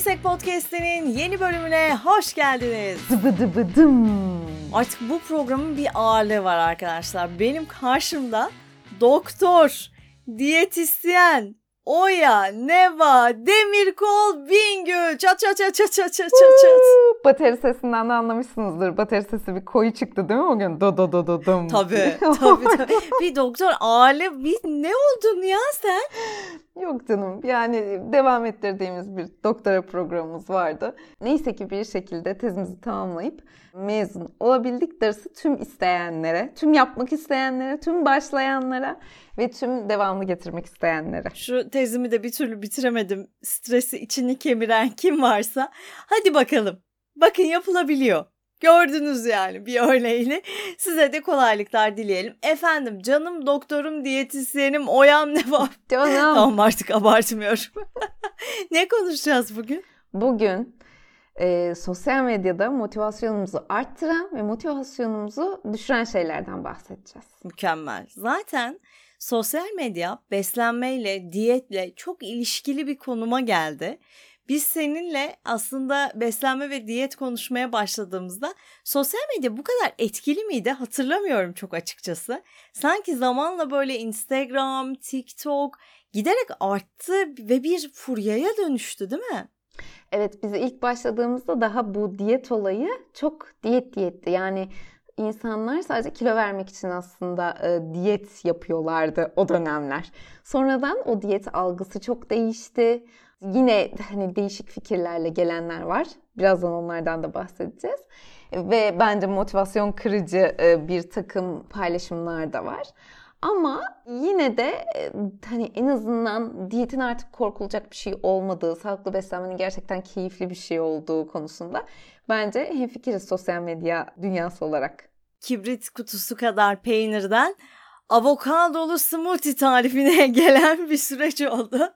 Dirsek Podcast'inin yeni bölümüne hoş geldiniz. Dıbıdıbıdım. Artık bu programın bir ağırlığı var arkadaşlar. Benim karşımda doktor, diyetisyen, Oya, Neva, Demirkol, Bingöl. Çat çat çat çat çat çat çat. Bateri sesinden de anlamışsınızdır. Bateri sesi bir koyu çıktı değil mi o gün? Do do do do dum. Tabii. Bir doktor ağırlığı. Ne oldun ya sen? Yok canım, yani devam ettirdiğimiz bir doktora programımız vardı. Neyse ki bir şekilde tezimizi tamamlayıp mezun olabildik. Darısı tüm isteyenlere, tüm yapmak isteyenlere, tüm başlayanlara ve tüm devamlı getirmek isteyenlere. Şu tezimi de bir türlü bitiremedim. Stresi içini kemiren kim varsa hadi bakalım. Bakın yapılabiliyor. Gördünüz yani bir örneğini. Size de kolaylıklar dileyelim. Efendim canım doktorum, diyetisyenim, Oyam ne var? Canım. Tamam artık abartmıyorum. Ne konuşacağız bugün? Bugün sosyal medyada motivasyonumuzu arttıran ve motivasyonumuzu düşüren şeylerden bahsedeceğiz. Mükemmel. Zaten sosyal medya beslenmeyle, diyetle çok ilişkili bir konuma geldi. Biz seninle aslında beslenme ve diyet konuşmaya başladığımızda sosyal medya bu kadar etkili miydi hatırlamıyorum çok açıkçası. Sanki zamanla böyle Instagram, TikTok giderek arttı ve bir furyaya dönüştü değil mi? Evet, biz ilk başladığımızda daha bu diyet olayı çok diyetti. Yani insanlar sadece kilo vermek için aslında diyet yapıyorlardı o dönemler. Sonradan o diyet algısı çok değişti. Yine hani değişik fikirlerle gelenler var. Birazdan onlardan da bahsedeceğiz. Ve bence motivasyon kırıcı bir takım paylaşımlar da var. Ama yine de hani en azından diyetin artık korkulacak bir şey olmadığı, sağlıklı beslenmenin gerçekten keyifli bir şey olduğu konusunda bence hemfikiriz sosyal medya dünyası olarak. Kibrit kutusu kadar peynirden avokadolu smoothie tarifine gelen bir süreç oldu.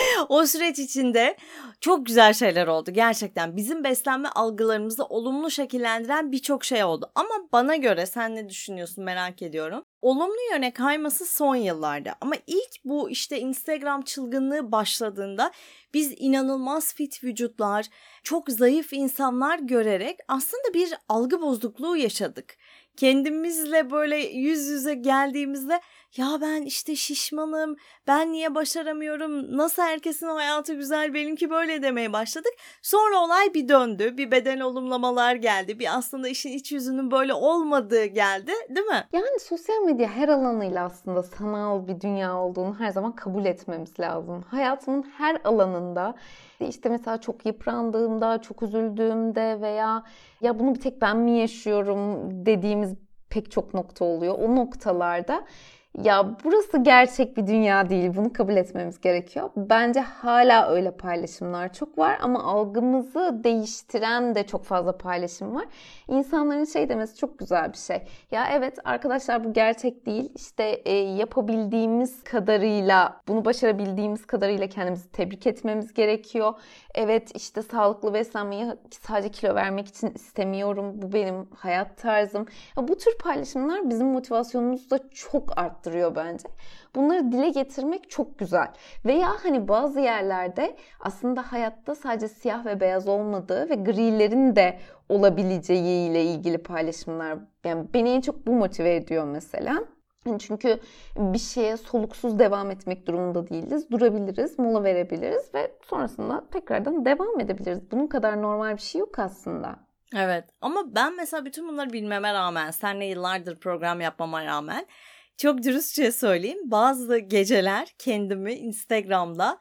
O süreç içinde çok güzel şeyler oldu gerçekten. Bizim beslenme algılarımızı olumlu şekillendiren birçok şey oldu. Ama bana göre sen ne düşünüyorsun merak ediyorum. Olumlu yöne kayması son yıllarda. Ama ilk bu işte Instagram çılgınlığı başladığında biz inanılmaz fit vücutlar, çok zayıf insanlar görerek aslında bir algı bozukluğu yaşadık. Kendimizle böyle yüz yüze geldiğimizde ya ben işte şişmanım, ben niye başaramıyorum, nasıl herkesin hayatı güzel benimki böyle demeye başladık. Sonra olay bir döndü, bir beden olumlamalar geldi, bir aslında işin iç yüzünün böyle olmadığı geldi değil mi? Yani sosyal medya her alanıyla aslında sanal bir dünya olduğunu her zaman kabul etmemiz lazım. Hayatımın her alanında işte mesela çok yıprandığımda, çok üzüldüğümde veya ya bunu bir tek ben mi yaşıyorum dediğimiz pek çok nokta oluyor. O noktalarda ya burası gerçek bir dünya değil. Bunu kabul etmemiz gerekiyor. Bence hala öyle paylaşımlar çok var ama algımızı değiştiren de çok fazla paylaşım var. İnsanların şey demesi çok güzel bir şey. Ya evet arkadaşlar bu gerçek değil. İşte yapabildiğimiz kadarıyla, bunu başarabildiğimiz kadarıyla kendimizi tebrik etmemiz gerekiyor. Evet işte sağlıklı beslenmeyi sadece kilo vermek için istemiyorum. Bu benim hayat tarzım. Ya bu tür paylaşımlar bizim motivasyonumuzu da çok arttırıyor bence. Bunları dile getirmek çok güzel. Veya hani bazı yerlerde aslında hayatta sadece siyah ve beyaz olmadığı ve grilerin de olabileceğiyle ilgili paylaşımlar. Yani beni en çok bu motive ediyor mesela. Çünkü bir şeye soluksuz devam etmek durumunda değiliz. Durabiliriz, mola verebiliriz ve sonrasında tekrardan devam edebiliriz. Bunun kadar normal bir şey yok aslında. Evet ama ben mesela bütün bunları bilmeme rağmen, seninle yıllardır program yapmama rağmen çok dürüstçe söyleyeyim. Bazı geceler kendimi Instagram'da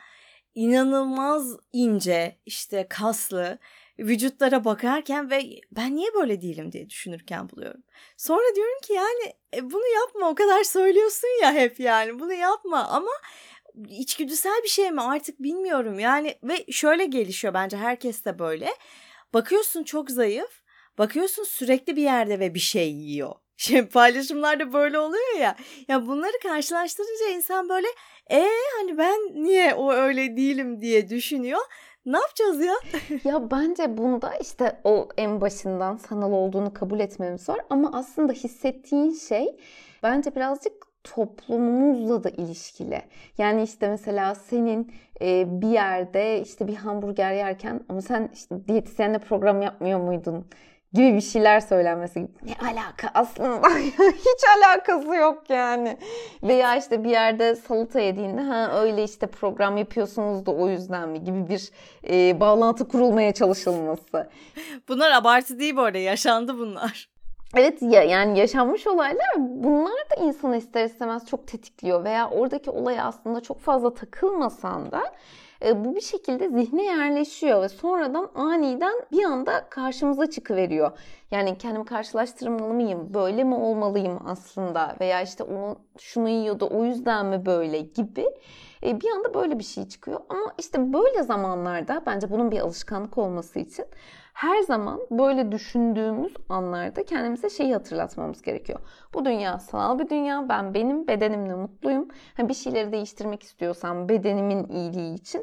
inanılmaz ince, işte kaslı vücutlara bakarken ve ben niye böyle değilim diye düşünürken buluyorum. Sonra diyorum ki yani bunu yapma, o kadar söylüyorsun ya hep, yani bunu yapma ama içgüdüsel bir şey mi artık bilmiyorum yani. Ve şöyle gelişiyor bence, herkes de böyle. Bakıyorsun çok zayıf, bakıyorsun sürekli bir yerde ve bir şey yiyor. Şimdi paylaşımlarda böyle oluyor ya. Ya bunları karşılaştırınca insan böyle hani ben niye o öyle değilim diye düşünüyor. Ne yapacağız ya? Ya bence bunda işte o en başından sanal olduğunu kabul etmemiz var. Ama aslında hissettiğin şey bence birazcık toplumumuzla da ilişkili. Yani işte mesela senin bir yerde işte bir hamburger yerken ama sen işte diyetisyenle program yapmıyor muydun gibi bir şeyler söylenmesi. Ne alaka aslında? Hiç alakası yok yani. Veya işte bir yerde salata yediğinde öyle işte program yapıyorsunuz da o yüzden mi gibi bir bağlantı kurulmaya çalışılması. Bunlar abartı değil bu arada, yaşandı bunlar. Evet ya, yani yaşanmış olaylar, bunlar da insanı ister istemez çok tetikliyor veya oradaki olaya aslında çok fazla takılmasan da bu bir şekilde zihne yerleşiyor ve sonradan aniden bir anda karşımıza çıkıveriyor. Yani kendimi karşılaştırmalı mıyım? Böyle mi olmalıyım aslında? Veya işte o şunu yiyordu o yüzden mi böyle gibi. Bir anda böyle bir şey çıkıyor. Ama işte böyle zamanlarda bence bunun bir alışkanlık olması için her zaman böyle düşündüğümüz anlarda kendimize şeyi hatırlatmamız gerekiyor. Bu dünya sanal bir dünya. Ben benim bedenimle mutluyum. Bir şeyleri değiştirmek istiyorsam bedenimin iyiliği için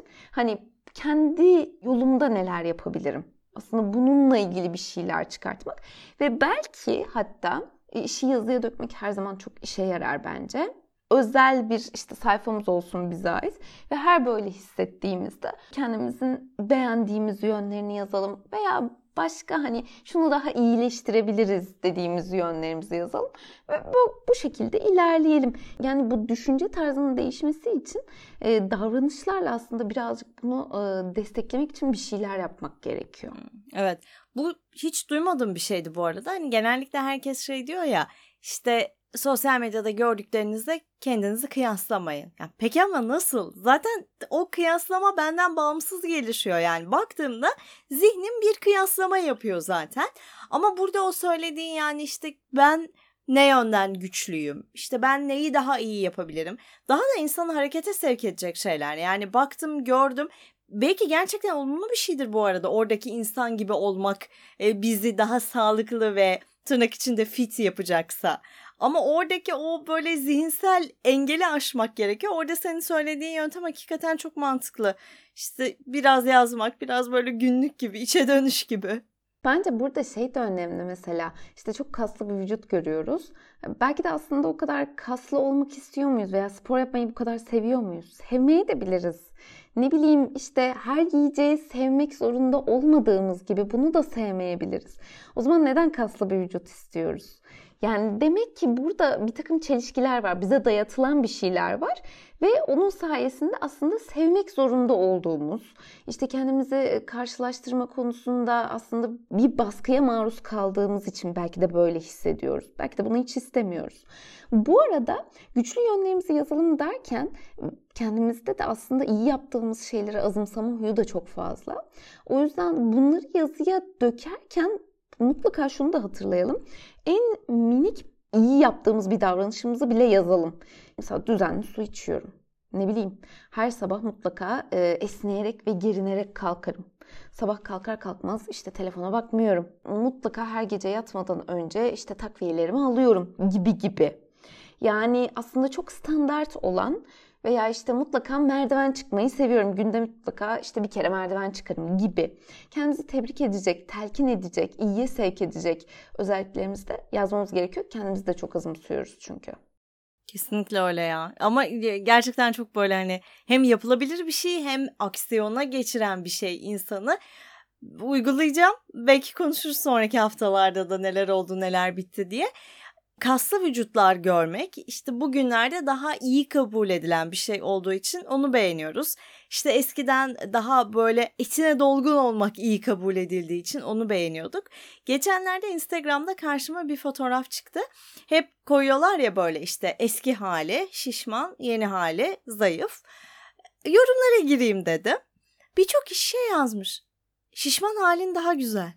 kendi yolumda neler yapabilirim? Aslında bununla ilgili bir şeyler çıkartmak ve belki hatta işi yazıya dökmek her zaman çok işe yarar bence. Özel bir işte sayfamız olsun bize ait ve her böyle hissettiğimizde kendimizin beğendiğimiz yönlerini yazalım veya başka şunu daha iyileştirebiliriz dediğimiz yönlerimizi yazalım ve bu şekilde ilerleyelim. Yani bu düşünce tarzının değişmesi için davranışlarla aslında birazcık bunu desteklemek için bir şeyler yapmak gerekiyor. Evet, bu hiç duymadığım bir şeydi bu arada. Genellikle herkes şey diyor ya, işte sosyal medyada gördüklerinizle kendinizi kıyaslamayın. Ya peki ama nasıl? Zaten o kıyaslama benden bağımsız gelişiyor yani. Baktığımda zihnim bir kıyaslama yapıyor zaten. Ama burada o söylediğin yani işte ben ne yönden güçlüyüm? İşte ben neyi daha iyi yapabilirim? Daha da insanı harekete sevk edecek şeyler. Yani baktım, gördüm. Belki gerçekten olumlu bir şeydir bu arada. Oradaki insan gibi olmak bizi daha sağlıklı ve tırnak içinde fit yapacaksa. Ama oradaki o böyle zihinsel engeli aşmak gerekiyor. Orada senin söylediğin yöntem hakikaten çok mantıklı. İşte biraz yazmak, biraz böyle günlük gibi, içe dönüş gibi. Bence burada şey de önemli mesela. İşte çok kaslı bir vücut görüyoruz. Belki de aslında o kadar kaslı olmak istiyor muyuz veya spor yapmayı bu kadar seviyor muyuz? Sevmeyi de biliriz. Ne bileyim işte her yiyeceği sevmek zorunda olmadığımız gibi bunu da sevmeyebiliriz. O zaman neden kaslı bir vücut istiyoruz? Yani demek ki burada bir takım çelişkiler var. Bize dayatılan bir şeyler var. Ve onun sayesinde aslında sevmek zorunda olduğumuz, işte kendimizi karşılaştırma konusunda aslında bir baskıya maruz kaldığımız için belki de böyle hissediyoruz. Belki de bunu hiç istemiyoruz. Bu arada güçlü yönlerimizi yazalım derken kendimizde de aslında iyi yaptığımız şeyleri azımsama huyu da çok fazla. O yüzden bunları yazıya dökerken mutlaka şunu da hatırlayalım. En minik iyi yaptığımız bir davranışımızı bile yazalım. Mesela düzenli su içiyorum. Ne bileyim, her sabah mutlaka esneyerek ve gerinerek kalkarım. Sabah kalkar kalkmaz işte telefona bakmıyorum. Mutlaka her gece yatmadan önce işte takviyelerimi alıyorum gibi. Yani aslında çok standart olan veya işte mutlaka merdiven çıkmayı seviyorum. Günde mutlaka işte bir kere merdiven çıkarım gibi. Kendimizi tebrik edecek, telkin edecek, iyiye sevk edecek özelliklerimizi de yazmamız gerekiyor. Kendimizi de çok azımsıyoruz çünkü. Kesinlikle öyle ya. Ama gerçekten çok böyle hem yapılabilir bir şey hem aksiyona geçiren bir şey insanı. Uygulayacağım. Belki konuşuruz sonraki haftalarda da neler oldu, neler bitti diye. Kaslı vücutlar görmek işte bugünlerde daha iyi kabul edilen bir şey olduğu için onu beğeniyoruz. İşte eskiden daha böyle etine dolgun olmak iyi kabul edildiği için onu beğeniyorduk. Geçenlerde Instagram'da karşıma bir fotoğraf çıktı. Hep koyuyorlar ya böyle işte eski hali şişman, yeni hali zayıf. Yorumlara gireyim dedim. Birçok kişi şey yazmış. Şişman halin daha güzel.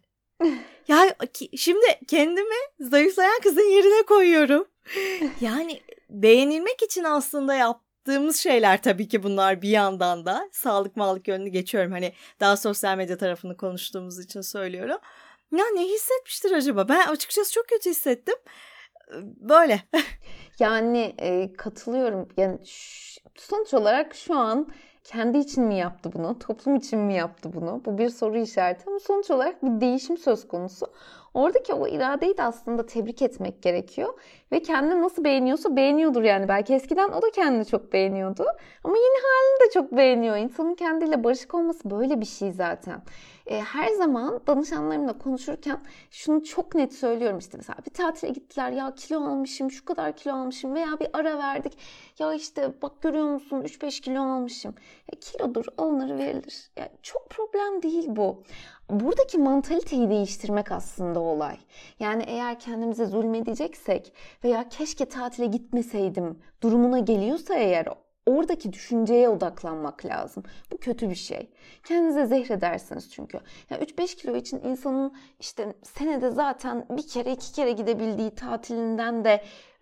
Ya şimdi kendimi zayıflayan kızın yerine koyuyorum. Yani beğenilmek için aslında yaptığımız şeyler tabii ki bunlar bir yandan da. Sağlık mağlık yönünü geçiyorum. Daha sosyal medya tarafını konuştuğumuz için söylüyorum. Ya ne hissetmiştir acaba? Ben açıkçası çok kötü hissettim. Böyle. Yani katılıyorum. Yani sonuç olarak şu an kendi için mi yaptı bunu? Toplum için mi yaptı bunu? Bu bir soru işareti ama sonuç olarak bir değişim söz konusu. Oradaki o iradeyi de aslında tebrik etmek gerekiyor. Ve kendini nasıl beğeniyorsa beğeniyordur yani. Belki eskiden o da kendini çok beğeniyordu. Ama yeni halini de çok beğeniyor. İnsanın kendiyle barışık olması böyle bir şey zaten. Her zaman danışanlarımla konuşurken şunu çok net söylüyorum, işte mesela bir tatile gittiler, ya kilo almışım, şu kadar kilo almışım, veya bir ara verdik, ya işte bak görüyor musun 3-5 kilo almışım. Kilodur, alınır verilir. Yani çok problem değil bu. Buradaki mantaliteyi değiştirmek aslında olay. Yani eğer kendimize zulmedeceksek veya keşke tatile gitmeseydim durumuna geliyorsa eğer, oradaki düşünceye odaklanmak lazım. Bu kötü bir şey. Kendinize zehredersiniz çünkü. Yani 3-5 kilo için insanın işte senede zaten bir kere 2 kere gidebildiği tatilinden de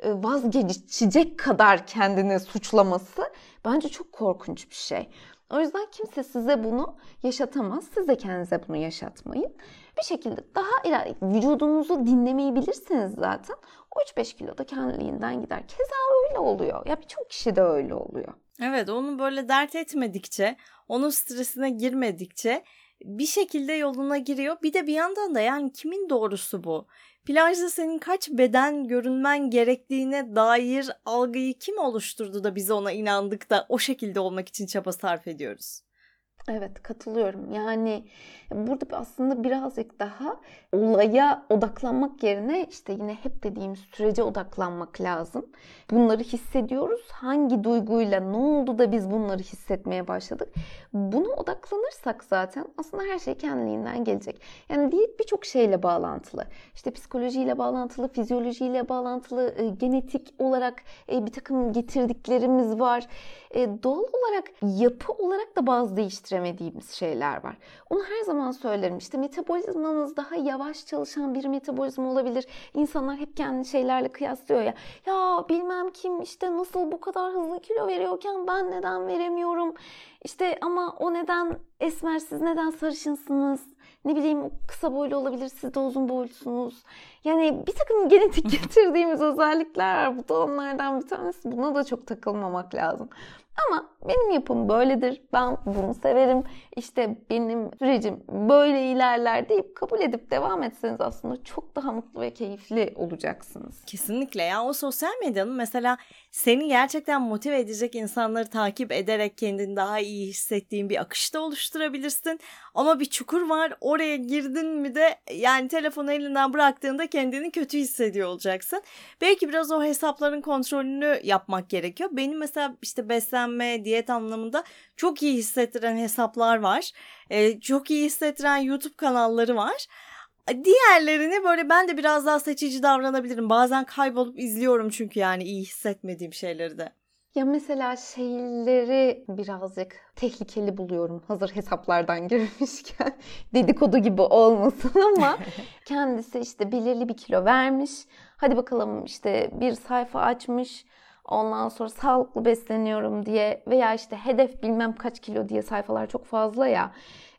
vazgeçecek kadar kendini suçlaması bence çok korkunç bir şey. O yüzden kimse size bunu yaşatamaz. Siz de kendinize bunu yaşatmayın. Bir şekilde daha vücudunuzu dinlemeyi bilirsiniz zaten. O 3-5 kilo da kendiliğinden gider. Keza öyle oluyor. Ya birçok kişi de öyle oluyor. Evet, onu böyle dert etmedikçe, onun stresine girmedikçe bir şekilde yoluna giriyor. Bir de bir yandan da yani kimin doğrusu bu? Plajda senin kaç beden görünmen gerektiğine dair algıyı kim oluşturdu da biz ona inandık da o şekilde olmak için çaba sarf ediyoruz? Evet, katılıyorum. Yani burada aslında birazcık daha olaya odaklanmak yerine işte yine hep dediğim sürece odaklanmak lazım. Bunları hissediyoruz. Hangi duyguyla ne oldu da biz bunları hissetmeye başladık? Buna odaklanırsak zaten aslında her şey kendiliğinden gelecek. Yani diyet birçok şeyle bağlantılı. İşte psikolojiyle bağlantılı, fizyolojiyle bağlantılı, genetik olarak bir takım getirdiklerimiz var. Doğal olarak, yapı olarak da bazı değiştiremediğimiz şeyler var. Onu her zaman söylerim. İşte metabolizmanız daha yavaş çalışan bir metabolizma olabilir. İnsanlar hep kendi şeylerle kıyaslıyor ya. Ya bilmem kim işte nasıl bu kadar hızlı kilo veriyorken ben neden veremiyorum? İşte ama o neden esmer, siz neden sarışınsınız? Ne bileyim, kısa boylu olabilir, siz de uzun boylusunuz. Yani bir takım genetik getirdiğimiz özellikler var. Bu da onlardan bir tanesi. Buna da çok takılmamak lazım. Ama benim yapım böyledir. Ben bunu severim. İşte benim sürecim böyle ilerler deyip kabul edip devam etseniz aslında çok daha mutlu ve keyifli olacaksınız. Kesinlikle ya, o sosyal medyanın mesela seni gerçekten motive edecek insanları takip ederek kendini daha iyi hissettiğin bir akışta oluşturabilirsin. Ama bir çukur var, oraya girdin mi de yani telefonu elinden bıraktığında kendini kötü hissediyor olacaksın. Belki biraz o hesapların kontrolünü yapmak gerekiyor. Benim mesela işte beslenme, diyet anlamında çok iyi hissettiren hesaplar var. Çok iyi hissettiren YouTube kanalları var. Diğerlerini böyle ben de biraz daha seçici davranabilirim. Bazen kaybolup izliyorum çünkü yani iyi hissetmediğim şeyleri de. Ya mesela şeyleri birazcık tehlikeli buluyorum. Hazır hesaplardan girmişken dedikodu gibi olmasın ama kendisi işte belirli bir kilo vermiş. Hadi bakalım işte bir sayfa açmış. Ondan sonra sağlıklı besleniyorum diye veya işte hedef bilmem kaç kilo diye sayfalar çok fazla ya.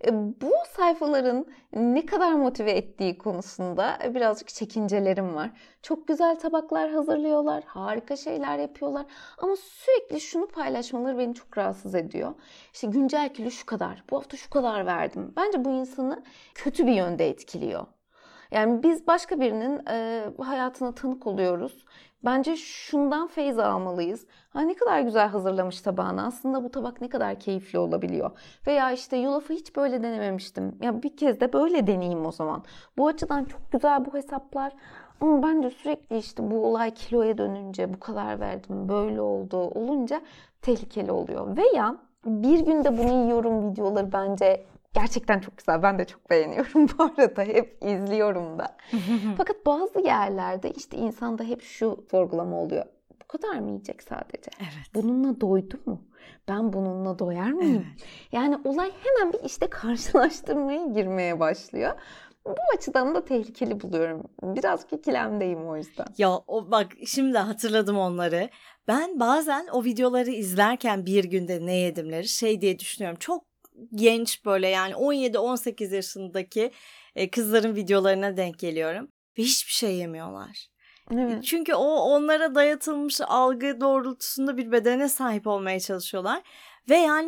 Bu sayfaların ne kadar motive ettiği konusunda birazcık çekincelerim var. Çok güzel tabaklar hazırlıyorlar, harika şeyler yapıyorlar ama sürekli şunu paylaşmaları beni çok rahatsız ediyor. İşte güncel kilo şu kadar, bu hafta şu kadar verdim. Bence bu insanı kötü bir yönde etkiliyor. Yani biz başka birinin hayatına tanık oluyoruz. Bence şundan feyz almalıyız. Ha, ne kadar güzel hazırlamış tabağını. Aslında bu tabak ne kadar keyifli olabiliyor. Veya işte yulafı hiç böyle denememiştim. Ya bir kez de böyle deneyeyim o zaman. Bu açıdan çok güzel bu hesaplar. Ama bence sürekli işte bu olay kiloya dönünce bu kadar verdim, böyle oldu olunca tehlikeli oluyor. Veya bir günde bunu yiyorum videoları bence gerçekten çok güzel. Ben de çok beğeniyorum bu arada. Hep izliyorum da. Fakat bazı yerlerde işte insanda hep şu sorgulama oluyor. Bu kadar mı yiyecek sadece? Evet. Bununla doydu mu? Ben bununla doyar mıyım? Evet. Yani olay hemen bir işte karşılaştırmaya girmeye başlıyor. Bu açıdan da tehlikeli buluyorum. Birazcık ikilemdeyim o yüzden. Ya o bak şimdi hatırladım onları. Ben bazen o videoları izlerken bir günde ne yedimleri şey diye düşünüyorum. Çok genç böyle yani 17-18 yaşındaki kızların videolarına denk geliyorum. Ve hiçbir şey yemiyorlar. Evet. Çünkü o onlara dayatılmış algı doğrultusunda bir bedene sahip olmaya çalışıyorlar. Ve yani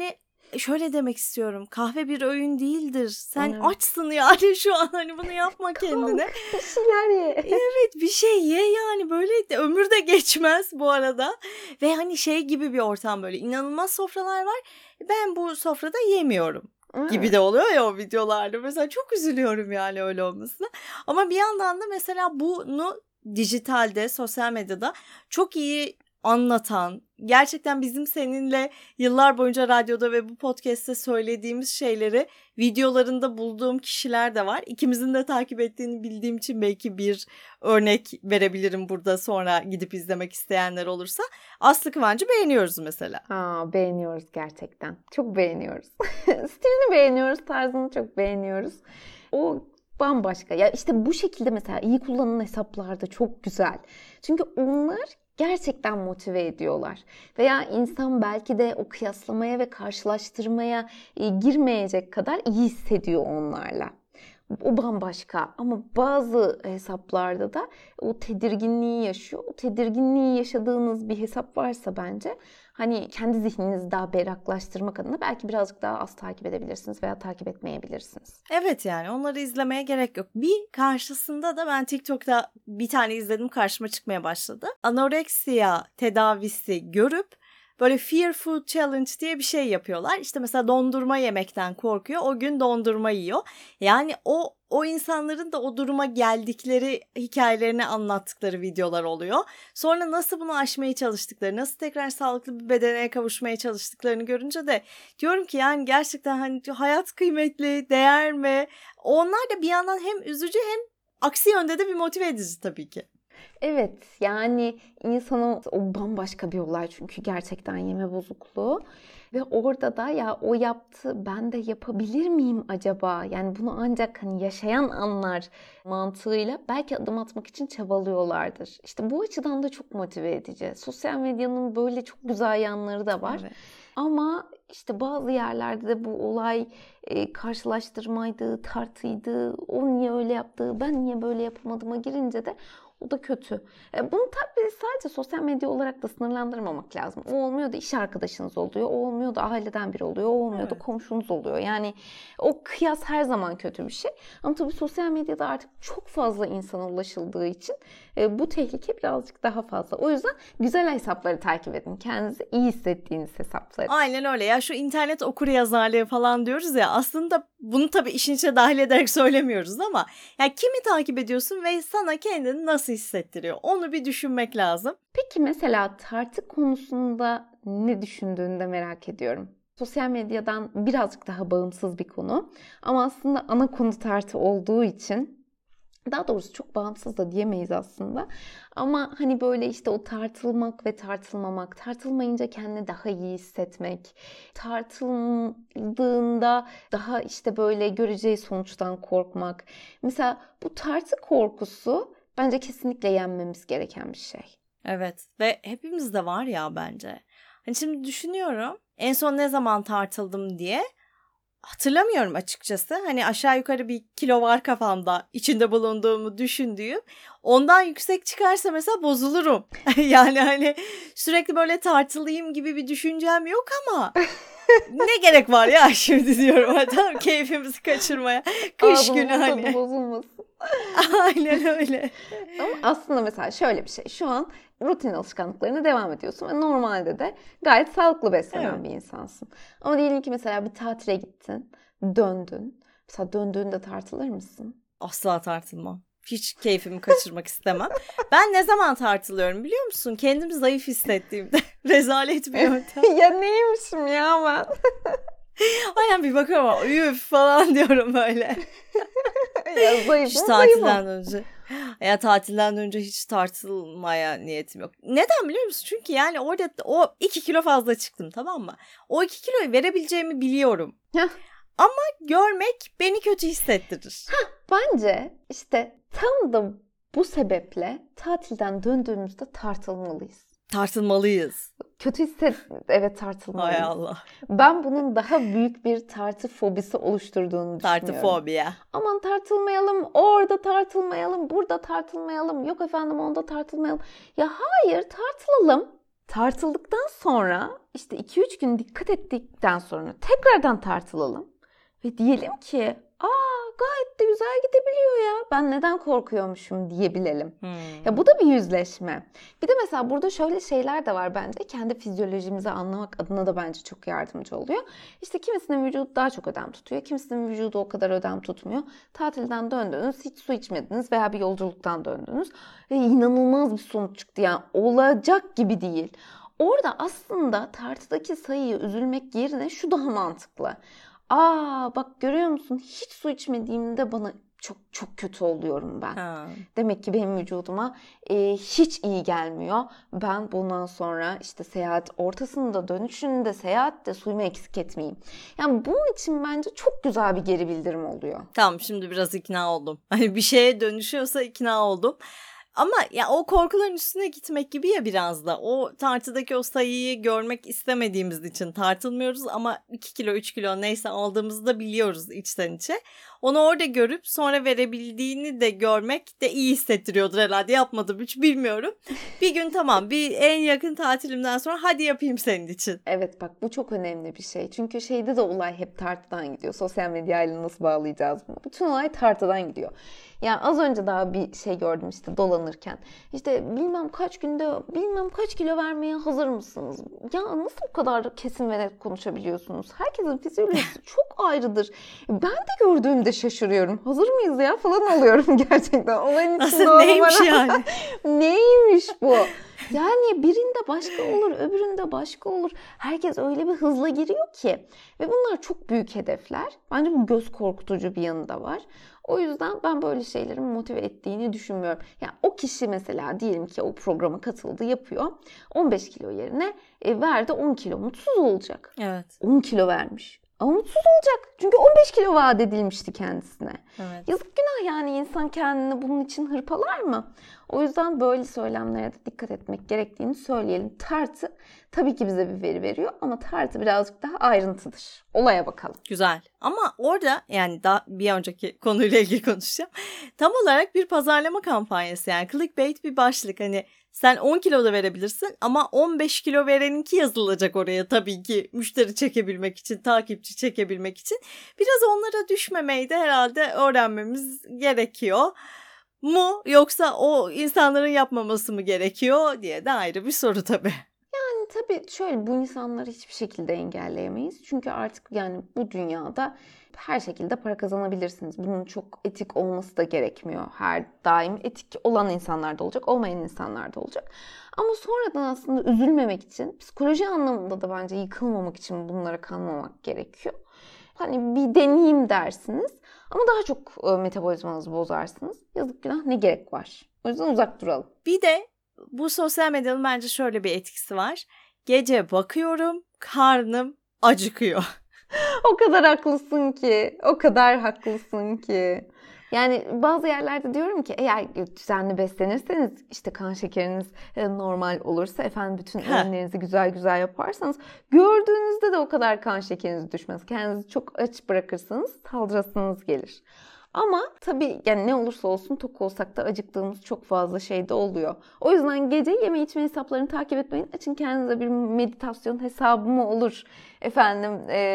şöyle demek istiyorum. Kahve bir öğün değildir. Sen Evet. açsın yani şu an, hani bunu yapma kendine. Bir şeyler ye. Evet, bir şey ye yani, böyle de ömür de geçmez bu arada. Ve hani şey gibi bir ortam, böyle inanılmaz sofralar var. Ben bu sofrada yemiyorum gibi de oluyor ya o videolarda. Mesela çok üzülüyorum yani öyle olmasına. Ama bir yandan da mesela bunu dijitalde, sosyal medyada çok iyi anlatan, gerçekten bizim seninle yıllar boyunca radyoda ve bu podcast'te söylediğimiz şeyleri videolarında bulduğum kişiler de var. İkimizin de takip ettiğini bildiğim için belki bir örnek verebilirim burada, sonra gidip izlemek isteyenler olursa. Aslı Kıvancı beğeniyoruz mesela. Beğeniyoruz gerçekten. Çok beğeniyoruz. Stilini beğeniyoruz, tarzını çok beğeniyoruz. O bambaşka. Ya işte bu şekilde mesela iyi kullanılan hesaplarda çok güzel. Çünkü onlar gerçekten motive ediyorlar. Veya insan belki de o kıyaslamaya ve karşılaştırmaya girmeyecek kadar iyi hissediyor onlarla. O bambaşka, ama bazı hesaplarda da o tedirginliği yaşıyor. O tedirginliği yaşadığınız bir hesap varsa bence hani kendi zihninizi daha berraklaştırmak adına belki birazcık daha az takip edebilirsiniz veya takip etmeyebilirsiniz. Evet, yani onları izlemeye gerek yok. Bir karşısında da ben TikTok'ta bir tane izledim, karşıma çıkmaya başladı. Anoreksiya tedavisi görüp böyle Fear Food Challenge diye bir şey yapıyorlar. İşte mesela dondurma yemekten korkuyor. O gün dondurma yiyor. Yani o insanların da o duruma geldikleri hikayelerini anlattıkları videolar oluyor. Sonra nasıl bunu aşmaya çalıştıkları, nasıl tekrar sağlıklı bir bedene kavuşmaya çalıştıklarını görünce de diyorum ki yani gerçekten hani hayat kıymetli, değer mi? Onlar da bir yandan hem üzücü hem aksi yönde de bir motive edici tabii ki. Evet, yani insanın o bambaşka bir olay çünkü gerçekten yeme bozukluğu. Ve orada da ya o yaptı, ben de yapabilir miyim acaba? Yani bunu ancak hani yaşayan anlar mantığıyla belki adım atmak için çabalıyorlardır. İşte bu açıdan da çok motive edici. Sosyal medyanın böyle çok güzel yanları da var. Evet. Ama işte bazı yerlerde de bu olay karşılaştırmaydı, tartıydı, o niye öyle yaptı, ben niye böyle yapamadım'a girince de o da kötü. Bunu tabii sadece sosyal medya olarak da sınırlandırmamak lazım. O olmuyor da iş arkadaşınız oluyor, o olmuyor da aileden biri oluyor, o olmuyor da komşunuz oluyor. Yani o kıyas her zaman kötü bir şey. Ama tabii sosyal medyada artık çok fazla insana ulaşıldığı için bu tehlike birazcık daha fazla. O yüzden güzel hesapları takip edin. Kendinizi iyi hissettiğiniz hesapları. Aynen öyle ya, şu internet okuryazarlığı falan diyoruz ya, aslında bunu tabii işin içine dahil ederek söylemiyoruz ama ya kimi takip ediyorsun ve sana kendini nasıl hissettiriyor, onu bir düşünmek lazım. Peki mesela tartı konusunda ne düşündüğünü de merak ediyorum. Sosyal medyadan birazcık daha bağımsız bir konu ama aslında ana konu tartı olduğu için, daha doğrusu çok bağımsız da diyemeyiz aslında. Ama hani böyle işte o tartılmak ve tartılmamak, tartılmayınca kendini daha iyi hissetmek, tartıldığında daha işte böyle göreceği sonuçtan korkmak. Mesela bu tartı korkusu bence kesinlikle yenmemiz gereken bir şey. Evet, ve hepimizde var ya bence. Hani şimdi düşünüyorum, en son ne zaman tartıldım diye hatırlamıyorum açıkçası. Hani aşağı yukarı bir kilo var kafamda, içinde bulunduğumu düşündüğüm. Ondan yüksek çıkarsa mesela bozulurum. Yani hani sürekli böyle tartılayım gibi bir düşüncem yok ama ne gerek var ya şimdi diyorum. Hadi keyfimizi kaçırmaya. Kış günü Ağzımın hani. tadı bozulmasın. Aynen öyle. Ama aslında mesela şöyle bir şey. Şu an rutin alışkanlıklarına devam ediyorsun ve normalde de gayet sağlıklı beslenen bir insansın. Ama diyelim ki mesela bir tatile gittin, döndün. Mesela döndüğünde tartılır mısın? Asla tartılmam. Hiç keyfimi kaçırmak istemem. Ben ne zaman tartılıyorum biliyor musun? Kendimi zayıf hissettiğimde. Rezalet bir yöntem. Ya neymişim ya ben? Aynen, bir bakıyorum ama üf falan diyorum böyle. Ya Hiç zayıfım, tatilden zayıfım. önce. Ya tatilden önce hiç tartılmaya niyetim yok. Neden biliyor musun? Çünkü yani orada o 2 kilo fazla çıktım, tamam mı? O 2 kiloyu verebileceğimi biliyorum. Heh. Ama görmek beni kötü hissettirir. Bence işte tam da bu sebeple tatilden döndüğümüzde tartılmalıyız. Tartılmalıyız. Evet, tartılmalıyız. Hay Allah. Ben bunun daha büyük bir tartı fobisi oluşturduğunu düşünüyorum. Tartıfobiya. Aman tartılmayalım, orada tartılmayalım, burada tartılmayalım, yok efendim onda tartılmayalım. Ya hayır, tartılalım. Tartıldıktan sonra işte 2-3 gün dikkat ettikten sonra tekrardan tartılalım. Ve diyelim ki gayet de güzel gidebiliyor ya. Ben neden korkuyormuşum diyebilelim. Ya bu da bir yüzleşme. Bir de mesela burada şöyle şeyler de var bence. Kendi fizyolojimizi anlamak adına da bence çok yardımcı oluyor. İşte kimisinin vücudu daha çok ödem tutuyor. Kimisinin vücudu o kadar ödem tutmuyor. Tatilden döndünüz, hiç su içmediniz veya bir yolculuktan döndünüz. Ve inanılmaz bir sonuç çıktı. Yani olacak gibi değil. Orada aslında tartıdaki sayıya üzülmek yerine şu daha mantıklı. Bak görüyor musun? Hiç su içmediğimde bana çok çok kötü oluyorum ben. Demek ki benim vücuduma hiç iyi gelmiyor. Ben bundan sonra işte seyahat ortasında, dönüşünde, seyahatte suyumu eksik etmeyeyim. Yani bunun için bence çok güzel bir geri bildirim oluyor. Tamam, şimdi biraz ikna oldum. Hani bir şeye dönüşüyorsa ikna oldum. Ama ya o korkuların üstüne gitmek gibi ya biraz da. O tartıdaki o sayıyı görmek istemediğimiz için tartılmıyoruz ama 2 kilo 3 kilo neyse aldığımızı da biliyoruz içten içe. Onu orada görüp sonra verebildiğini de görmek de iyi hissettiriyordur herhalde. Yapmadım hiç bilmiyorum. Bir gün tamam, bir en yakın tatilimden sonra hadi yapayım senin için. Evet bak, bu çok önemli bir şey. Çünkü şeyde de olay hep tartıdan gidiyor. Sosyal medyayla nasıl bağlayacağız bunu? Bütün olay tartıdan gidiyor. Yani az önce daha bir şey gördüm işte dolanırken. İşte bilmem kaç günde bilmem kaç kilo vermeye hazır mısınız? Ya nasıl bu kadar kesin ve net konuşabiliyorsunuz? Herkesin fizyolojisi çok ayrıdır. Ben de gördüğümde şaşırıyorum. Hazır mıyız ya falan oluyorum gerçekten. Olayın içinde Nasıl, neymiş yani? Neymiş bu? Yani birinde başka olur, öbüründe başka olur. Herkes öyle bir hızla giriyor ki. Ve bunlar çok büyük hedefler. Bence bu göz korkutucu bir yanı da var. O yüzden ben böyle şeylerin motive ettiğini düşünmüyorum. Yani o kişi mesela diyelim ki o programa katıldı, yapıyor. 15 kilo yerine verdi 10 kilo. Mutsuz olacak. Evet. 10 kilo vermiş. Ama mutsuz olacak. Çünkü 15 kilo vaat edilmişti kendisine. Evet. Yazık günah yani, insan kendini bunun için hırpalar mı? O yüzden böyle söylemlere de dikkat etmek gerektiğini söyleyelim. Tartı tabii ki bize bir veri veriyor ama tartı birazcık daha ayrıntıdır. Olaya bakalım. Güzel. Ama orada yani daha bir önceki konuyla ilgili konuşacağım. Tam olarak bir pazarlama kampanyası, yani clickbait bir başlık. Hani sen 10 kilo da verebilirsin ama 15 kilo vereninki yazılacak oraya tabii ki, müşteri çekebilmek için, takipçi çekebilmek için. Biraz onlara düşmemeyi de herhalde öğrenmemiz gerekiyor mu, yoksa o insanların yapmaması mı gerekiyor diye de ayrı bir soru tabii. Tabii şöyle, bu insanları hiçbir şekilde engelleyemeyiz. Çünkü artık yani bu dünyada her şekilde para kazanabilirsiniz. Bunun çok etik olması da gerekmiyor. Her daim etik olan insanlar da olacak, olmayan insanlar da olacak. Ama sonradan aslında üzülmemek için, psikoloji anlamında da bence yıkılmamak için bunlara kanmamak gerekiyor. Hani bir deneyeyim dersiniz ama daha çok metabolizmanızı bozarsınız. Yazık günah, ne gerek var? O yüzden uzak duralım. Bir de bu sosyal medyanın bence şöyle bir etkisi var. Gece bakıyorum, karnım acıkıyor. O kadar haklısın ki, o kadar haklısın ki. Yani bazı yerlerde diyorum ki eğer düzenli beslenirseniz, işte kan şekeriniz normal olursa, efendim bütün öğünlerinizi güzel güzel yaparsanız, gördüğünüzde de o kadar kan şekeriniz düşmez. Kendinizi çok aç bırakırsanız saldırasınız gelir. Ama tabii yani ne olursa olsun tok olsak da acıktığımız çok fazla şey de oluyor. O yüzden gece yeme içme hesaplarını takip etmeyin. Açın kendinize bir meditasyon hesabı mı olur? Efendim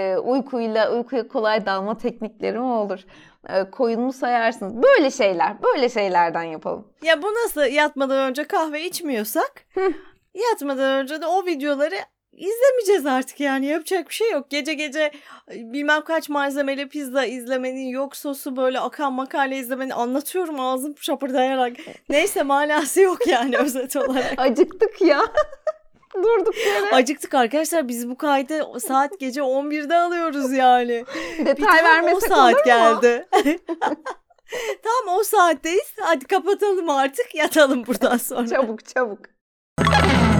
uykuya kolay dalma teknikleri mi olur? Koyun mu sayarsınız? Böyle şeyler, böyle şeylerden yapalım. Ya bu nasıl yatmadan önce kahve içmiyorsak yatmadan önce de o videoları İzlemeyeceğiz artık, yani yapacak bir şey yok. Gece gece bilmem kaç malzemeli pizza izlemenin, yok sosu böyle akan makale izlemenin, anlatıyorum ağzım şapırdayarak. Neyse, manası yok yani özet olarak. Acıktık ya. Durduk yere. Acıktık arkadaşlar, biz bu kaydı saat gece 11'de alıyoruz yani. Detay vermesek o saat olur mu? geldi. Tamam, o saatteyiz. Hadi kapatalım artık, yatalım buradan sonra. Çabuk.